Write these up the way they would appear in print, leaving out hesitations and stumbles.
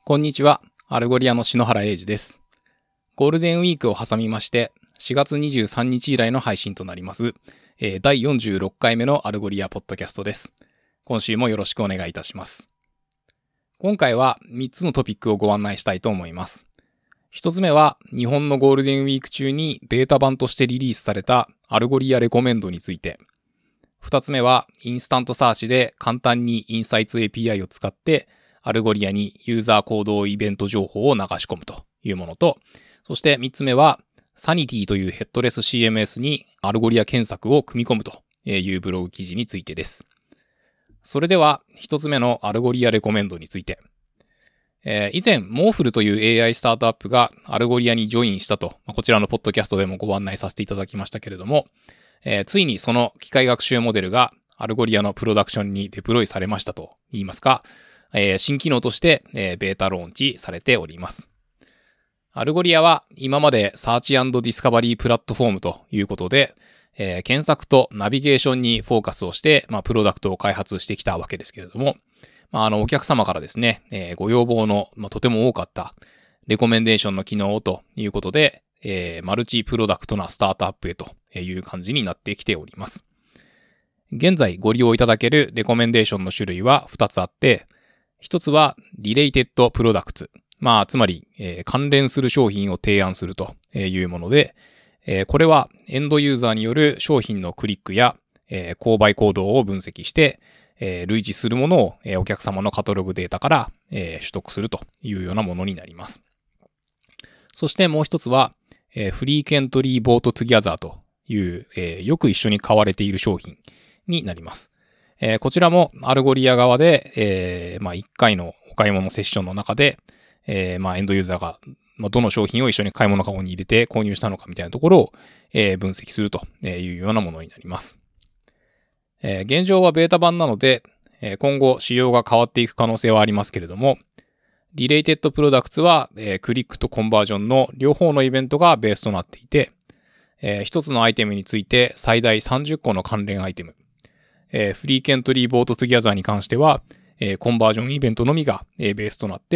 こんにちは。アルゴリアの篠原英二です。ゴールデンウィークを挟みまして、4月23日以来の配信となります、第46回目のアルゴリアポッドキャストです。今週もよろしくお願いいたします。今回は3つのトピックをご案内したいと思います。1つ目は、日本のゴールデンウィーク中にベータ版としてリリースされたアルゴリアレコメンドについて。2つ目は、インスタントサーチで簡単にインサイツ API を使って、アルゴリアにユーザー行動イベント情報を流し込むというものと、そして3つ目は、サニティというヘッドレス CMS にアルゴリア検索を組み込むというブログ記事についてです。それでは、1つ目のアルゴリアレコメンドについて。以前、モーフルという AI スタートアップがアルゴリアにジョインしたと、こちらのポッドキャストでもご案内させていただきましたけれども、ついにその機械学習モデルがアルゴリアのプロダクションにデプロイされましたと言いますか、新機能として、ベータローンチされております。アルゴリアは今までサーチ&ディスカバリープラットフォームということで、検索とナビゲーションにフォーカスをして、プロダクトを開発してきたわけですけれども、お客様からですね、ご要望の、とても多かったレコメンデーションの機能をということで、マルチプロダクトなスタートアップへという感じになってきております。現在ご利用いただけるレコメンデーションの種類は2つあって、一つはリレイテッドプロダクツ。つまり、関連する商品を提案するというもので、これはエンドユーザーによる商品のクリックや、購買行動を分析して、類似するものを、お客様のカタログデータから、取得するというようなものになります。そしてもう一つは、フリーケントリーボートトゥギャザーという、よく一緒に買われている商品になります。こちらもアルゴリア側で、1回のお買い物セッションの中で、エンドユーザーが、どの商品を一緒に買い物カゴに入れて購入したのかみたいなところを、分析するというようなものになります。現状はベータ版なので、今後仕様が変わっていく可能性はありますけれども、リレイテッドプロダクツは、クリックとコンバージョンの両方のイベントがベースとなっていて、一つのアイテムについて最大30個の関連アイテム、フリーケントリーボートトゥギャザーに関しては、コンバージョンイベントのみが、ベースとなって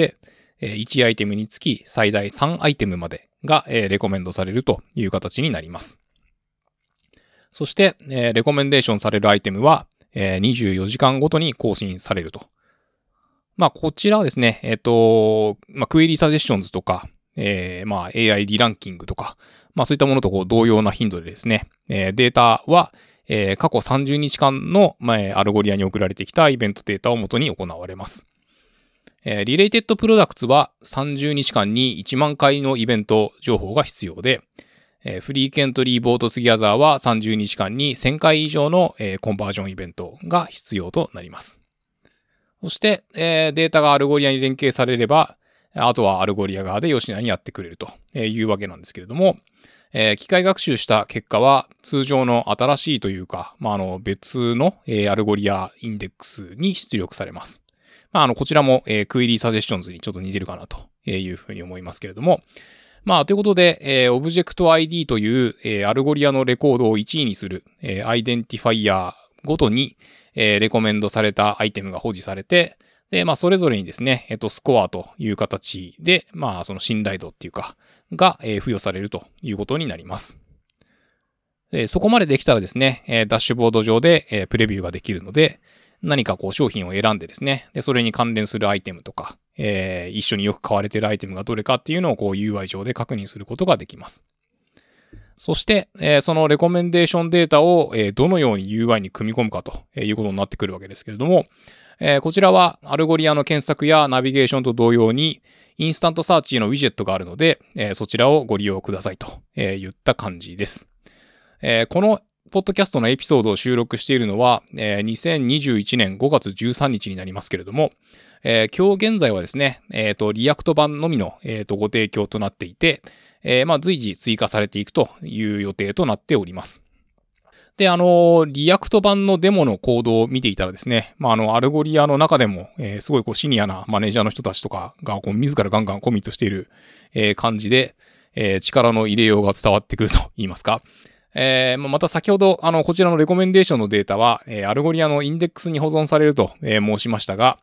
、1アイテムにつき最大3アイテムまでが、レコメンドされるという形になります。そして、レコメンデーションされるアイテムは、24時間ごとに更新されると。こちらはですね、クエリサジェッションズとか、AI リランキングとか、そういったものと同様な頻度でですね、データは、過去30日間の、アルゴリアに送られてきたイベントデータを元に行われます。リレイテッドプロダクツは30日間に1万回のイベント情報が必要で、フリーケントリーボートツギャザーは30日間に1000回以上の、コンバージョンイベントが必要となります。そして、データがアルゴリアに連携されれば、あとはアルゴリア側で吉野にやってくれるというわけなんですけれども、機械学習した結果は通常の新しいというか、別の、アルゴリアインデックスに出力されます。こちらも、クエリーサジェッションズにちょっと似てるかなというふうに思いますけれども、ということで、オブジェクト ID という、アルゴリアのレコードを1位にする、アイデンティファイヤーごとに、レコメンドされたアイテムが保持されて、で、それぞれにですね、スコアという形で、その信頼度っていうか、が、付与されるということになります。そこまでできたらですね、ダッシュボード上で、プレビューができるので、何か商品を選んでですね、で、それに関連するアイテムとか、一緒によく買われているアイテムがどれかっていうのをUI 上で確認することができます。そして、そのレコメンデーションデータを、どのように UI に組み込むかということになってくるわけですけれども、こちらはアルゴリアの検索やナビゲーションと同様にインスタントサーチのウィジェットがあるので、そちらをご利用くださいと言った感じです。このポッドキャストのエピソードを収録しているのは、2021年5月13日になりますけれども、今日現在はですね、リアクト版のみの、ご提供となっていて、随時追加されていくという予定となっております。で、リアクト版のデモのコードを見ていたらですね、アルゴリアの中でも、すごいシニアなマネージャーの人たちとかが自らガンガンコミットしている、感じで、力の入れようが伝わってくると言いますか。また先ほど、こちらのレコメンデーションのデータは、アルゴリアのインデックスに保存されると、申しましたが、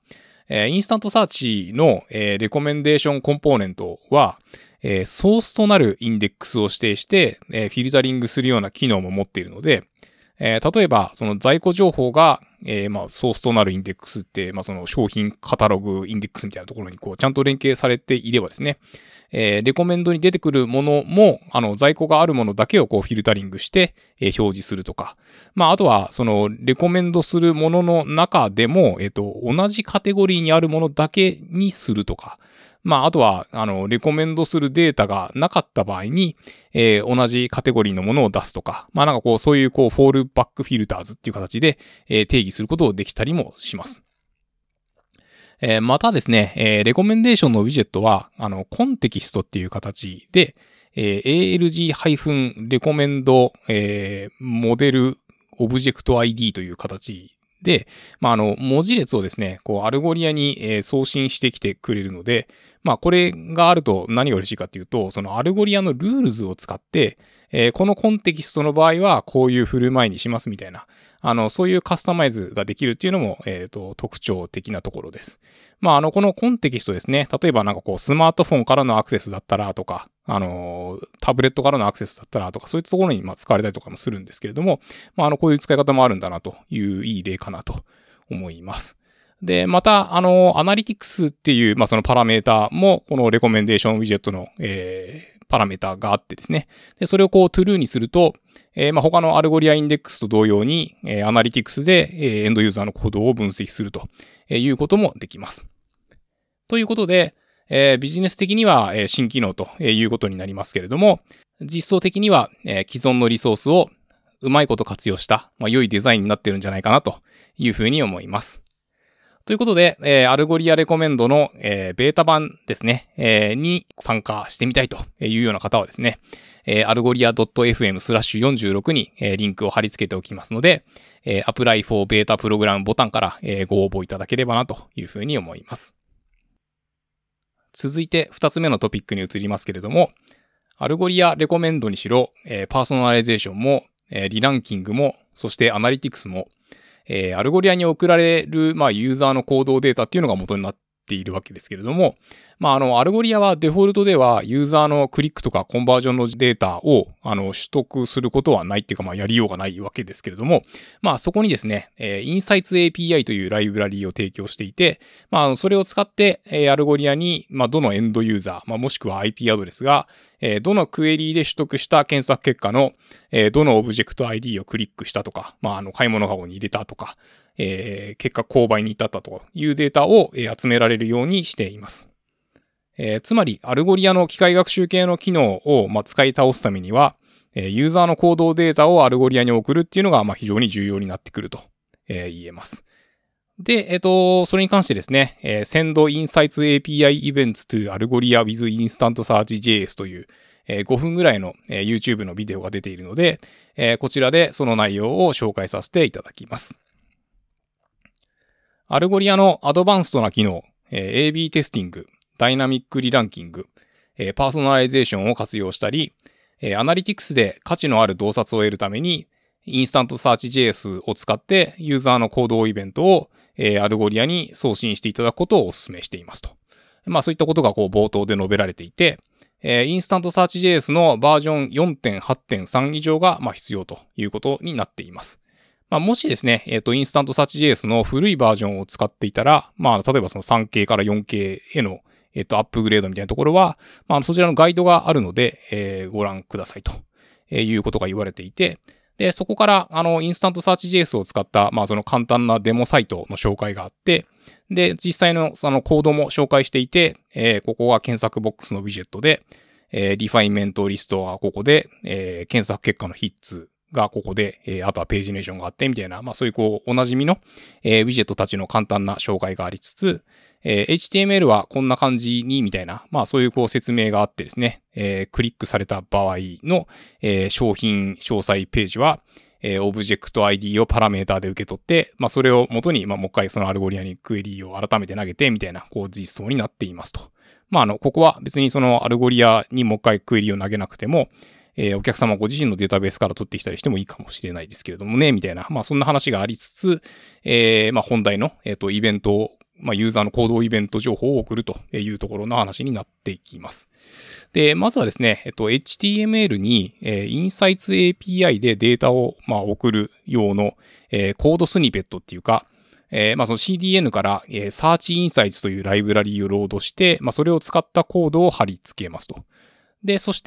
インスタントサーチの、レコメンデーションコンポーネントは、ソースとなるインデックスを指定して、フィルタリングするような機能も持っているので、例えば、その在庫情報が、ソースとなるインデックスって、その商品カタログインデックスみたいなところにちゃんと連携されていればですね、レコメンドに出てくるものも、在庫があるものだけをフィルタリングして、表示するとか、あとは、その、レコメンドするものの中でも、同じカテゴリーにあるものだけにするとか、あとは、レコメンドするデータがなかった場合に、同じカテゴリーのものを出すとか、そういうフォールバックフィルターズっていう形で、定義することをできたりもします。またですね、レコメンデーションのウィジェットは、コンテキストっていう形で、ALG-recommend、モデルオブジェクト ID という形で、文字列をですね、アルゴリアに、送信してきてくれるので、これがあると何が嬉しいかというと、そのアルゴリアのルールズを使って、このコンテキストの場合はこういう振る舞いにしますみたいな、そういうカスタマイズができるっていうのも、特徴的なところです。このコンテキストですね、例えばスマートフォンからのアクセスだったらとか、タブレットからのアクセスだったらとか、そういったところに使われたりとかもするんですけれども、こういう使い方もあるんだなといういい例かなと思います。で、また、アナリティクスっていう、そのパラメータも、このレコメンデーションウィジェットの、パラメータがあってですね。で、それをtrueにすると、他のアルゴリアインデックスと同様に、アナリティクスで、エンドユーザーの行動を分析するということもできます。ということで、ビジネス的には、新機能ということになりますけれども、実装的には、既存のリソースをうまいこと活用した、良いデザインになってるんじゃないかなというふうに思います。ということで、アルゴリアレコメンドの、ベータ版ですね、に参加してみたいというような方はですね、algoria.fm/46 に、リンクを貼り付けておきますので、Apply for Beta プログラムボタンから、ご応募いただければなというふうに思います。続いて2つ目のトピックに移りますけれども、アルゴリアレコメンドにしろ、パーソナライゼーションも、リランキングも、そしてアナリティクスも、アルゴリアに送られる、ユーザーの行動データっていうのが元になっているわけですけれども、アルゴリアはデフォルトではユーザーのクリックとかコンバージョンのデータを、取得することはないっていうか、やりようがないわけですけれども、そこにですね、インサイツ API というライブラリを提供していて、それを使って、アルゴリアに、どのエンドユーザー、もしくは IP アドレスが、どのクエリーで取得した検索結果の、どのオブジェクト ID をクリックしたとか、買い物カゴに入れたとか、結果購買に至ったというデータを、集められるようにしています。つまり、アルゴリアの機械学習系の機能を、使い倒すためには、ユーザーの行動データをアルゴリアに送るっていうのが、非常に重要になってくると、言えます。で、それに関してですね、Send Insights API Events to Algoria with Instant Search JS という、5分ぐらいの、YouTube のビデオが出ているので、こちらでその内容を紹介させていただきます。アルゴリアのアドバンストな機能、AB テスティング、ダイナミックリランキング、パーソナライゼーションを活用したり、アナリティクスで価値のある洞察を得るために、インスタントサーチ JS を使ってユーザーの行動イベントを、アルゴリアに送信していただくことをお勧めしていますと。そういったことが冒頭で述べられていて、インスタントサーチ JS のバージョン 4.8.3 以上が必要ということになっています。もしですね、インスタントサーチ JS の古いバージョンを使っていたら、例えばその 3K から 4K へのアップグレードみたいなところは、そちらのガイドがあるので、ご覧くださいということが言われていて、で、そこから、インスタントサーチ JS を使った、その簡単なデモサイトの紹介があって、で、実際のそのコードも紹介していて、ここが検索ボックスのウィジェットで、リファインメントリストはここで、検索結果のヒッツがここで、あとはページネーションがあってみたいな、そういうおなじみの、ウィジェットたちの簡単な紹介がありつつ、HTML はこんな感じにみたいな、そういう説明があってですね、クリックされた場合の、商品詳細ページは、オブジェクト ID をパラメータで受け取って、それを元に、もう一回そのアルゴリアにクエリーを改めて投げてみたいな、実装になっていますと。ここは別にそのアルゴリアにもう一回クエリーを投げなくても、お客様ご自身のデータベースから取ってきたりしてもいいかもしれないですけれどもね、みたいな、そんな話がありつつ、本題の、イベントユーザーの行動イベント情報を送るというところの話になっていきます。で、まずはですね、HTML に、Insights API でデータを、送る用の、コードスニペットっていうか、その CDN から、Search Insights というライブラリをロードして、それを使ったコードを貼り付けますと。で、そして、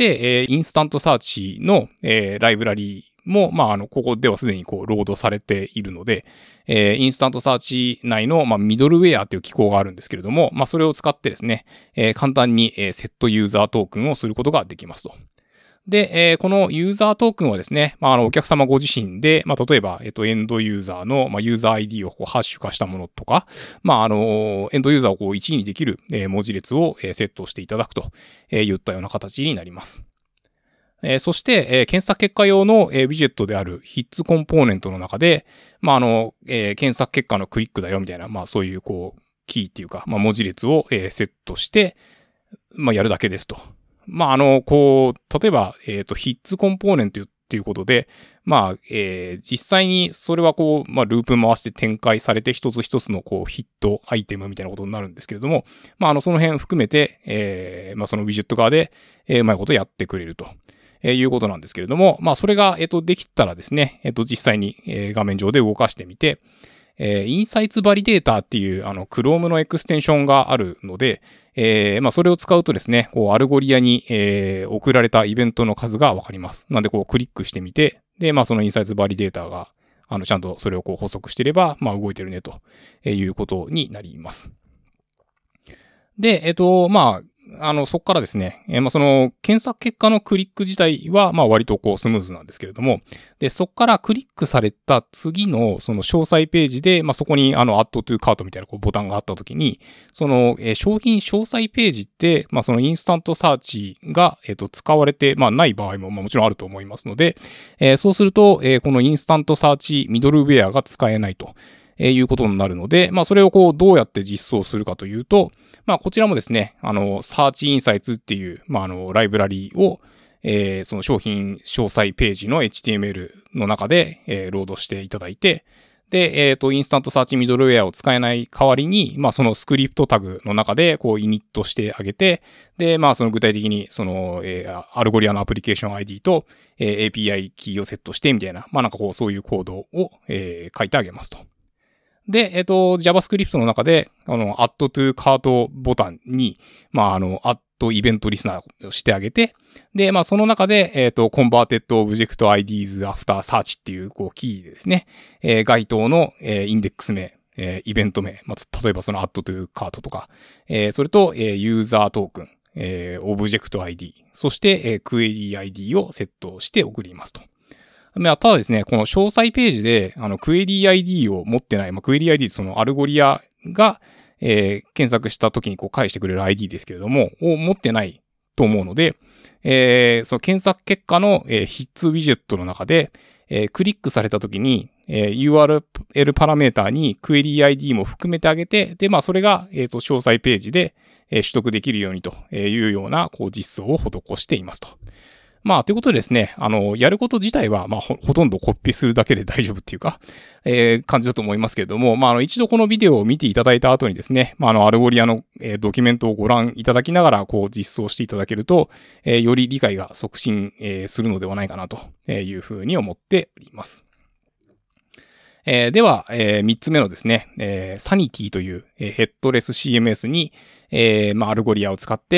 インスタントサーチの、ライブラリも、ここではすでにロードされているので、インスタントサーチ内の、ミドルウェアという機構があるんですけれども、それを使ってですね、簡単に、セットユーザートークンをすることができますと。で、このユーザートークンはですね、お客様ご自身で、例えば、エンドユーザーの、ユーザー ID をハッシュ化したものとか、エンドユーザーを1位にできる、文字列を、セットしていただくといったような形になります。そして、検索結果用の、ウィジェットであるヒッツコンポーネントの中で、検索結果のクリックだよみたいな、そういう、キーっていうか、文字列を、セットして、やるだけですと。例えば、ヒッツコンポーネントっていうことで、実際にそれはループ回して展開されて一つ一つのヒットアイテムみたいなことになるんですけれども、その辺含めて、そのウィジェット側で、うまいことやってくれると。いうことなんですけれども、それが、できたらですね、実際に、画面上で動かしてみて、インサイツバリデータっていう、Chrome のエクステンションがあるので、それを使うとですね、アルゴリアに、送られたイベントの数がわかります。なんで、クリックしてみて、で、そのインサイツバリデータが、ちゃんとそれを補足していれば、動いてるね、ということになります。で、そこからですね、その検索結果のクリック自体は、割とスムーズなんですけれども、で、そこからクリックされた次のその詳細ページで、そこにAdd to Cart みたいなボタンがあったときに、その、商品詳細ページって、そのインスタントサーチが、使われて、ない場合も、もちろんあると思いますので、そうすると、このインスタントサーチミドルウェアが使えないと。いうことになるので、それをどうやって実装するかというと、こちらもですね、Search Insights っていう、ライブラリを、その商品詳細ページの HTML の中で、ロードしていただいて、で、インスタントサーチミドルウェアを使えない代わりに、そのスクリプトタグの中で、イニットしてあげて、で、その具体的に、その、アルゴリアのアプリケーション ID と、API キーをセットして、みたいな、そういうコードを、書いてあげますと。で、JavaScript の中で、Add to Cart ボタンに、Add イベントリスナーをしてあげて、で、その中で、Converted Object IDs After Search っていう、キーでですね、該当の、インデックス名、イベント名、例えばその Add to Cart とか、それと、ユーザートークン、Object ID、そして、Query ID をセットして送りますと。ただですね、この詳細ページで、クエリ ID を持ってない、クエリ ID そのアルゴリアが、検索した時に返してくれる ID ですけれども、を持ってないと思うので、その検索結果の、ヒッツウィジェットの中で、クリックされた時に、URL パラメータにクエリ ID も含めてあげて、で、それが、詳細ページで、取得できるようにというような、実装を施していますと。ということでですね、やること自体は、ほとんどコピーするだけで大丈夫っていうか、感じだと思いますけれども、一度このビデオを見ていただいた後にですね、アルゴリアの、ドキュメントをご覧いただきながら、実装していただけると、より理解が促進、するのではないかなというふうに思っております。では、3つ目のですね、サニティという、ヘッドレス CMS に、アルゴリアを使って、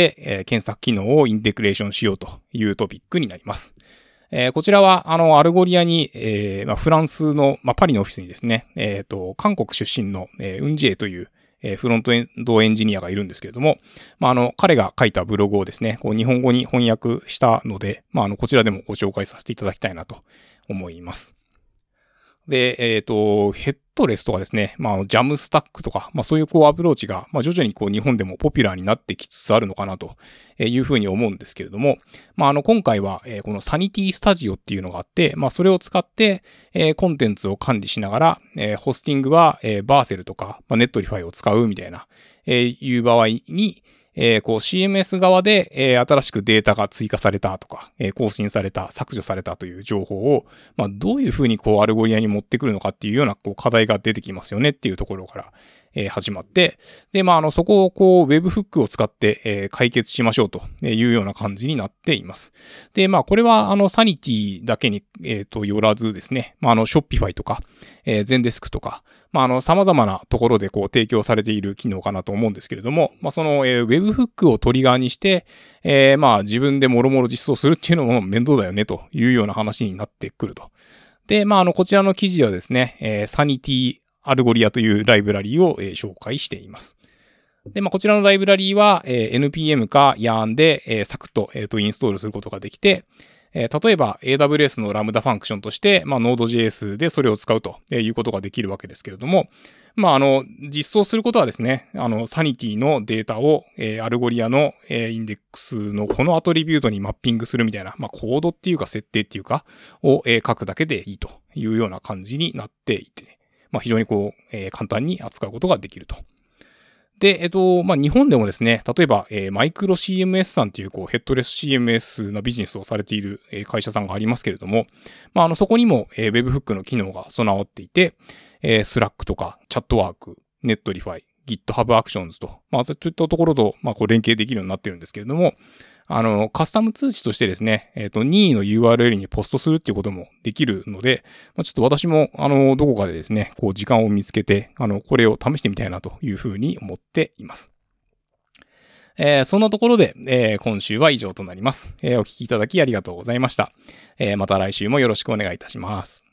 検索機能をインテグレーションしようというトピックになります。こちらは、アルゴリアに、フランスの、パリのオフィスにですね、韓国出身の、ウンジェイという、フロントエンドエンジニアがいるんですけれども、彼が書いたブログをですね、日本語に翻訳したので、こちらでもご紹介させていただきたいなと思います。で、ヘッドレスとかですね、ジャムスタックとか、そういうアプローチが、徐々に日本でもポピュラーになってきつつあるのかなというふうに思うんですけれども、今回は、このサニティスタジオっていうのがあって、それを使って、コンテンツを管理しながら、ホスティングは、バーセルとか、ネットリファイを使うみたいな、いう場合に、 CMS 側で、新しくデータが追加されたとか、更新された、削除されたという情報を、どういうふうにアルゴリアに持ってくるのかっていうような課題が出てきますよねっていうところから、始まって、で、そこをWebhook を使って、解決しましょうというような感じになっています。で、これはサニティだけに、よらずですね、Shopify とか、Zendesk とか、様々なところで提供されている機能かなと思うんですけれども、その、Webhook をトリガーにして、自分でもろもろ実装するっていうのも面倒だよねというような話になってくると。で、こちらの記事はですね、サニティアルゴリアというライブラリを、紹介しています。で、こちらのライブラリは、NPM か Yarn で、サクッと、インストールすることができて、例えば AWS のラムダファンクションとして、Node.js でそれを使うということができるわけですけれども、実装することはですね、サニティのデータを、アルゴリアの、インデックスのこのアトリビュートにマッピングするみたいな、コードっていうか設定っていうか、を、書くだけでいいというような感じになっていて、非常に簡単に扱うことができると。で、日本でもですね、例えば、マイクロ CMS さんというヘッドレス CMS なビジネスをされている、会社さんがありますけれども、そこにも、Webhook の機能が備わっていて、Slack とか、チャットワーク、Netlify、GitHub Actions と、そういったところと、連携できるようになってるんですけれども、カスタム通知としてですね、任意の URL にポストするっていうこともできるので、ちょっと私も、どこかでですね、時間を見つけて、これを試してみたいなというふうに思っています。そんなところで、今週は以上となります。お聞きいただきありがとうございました。また来週もよろしくお願いいたします。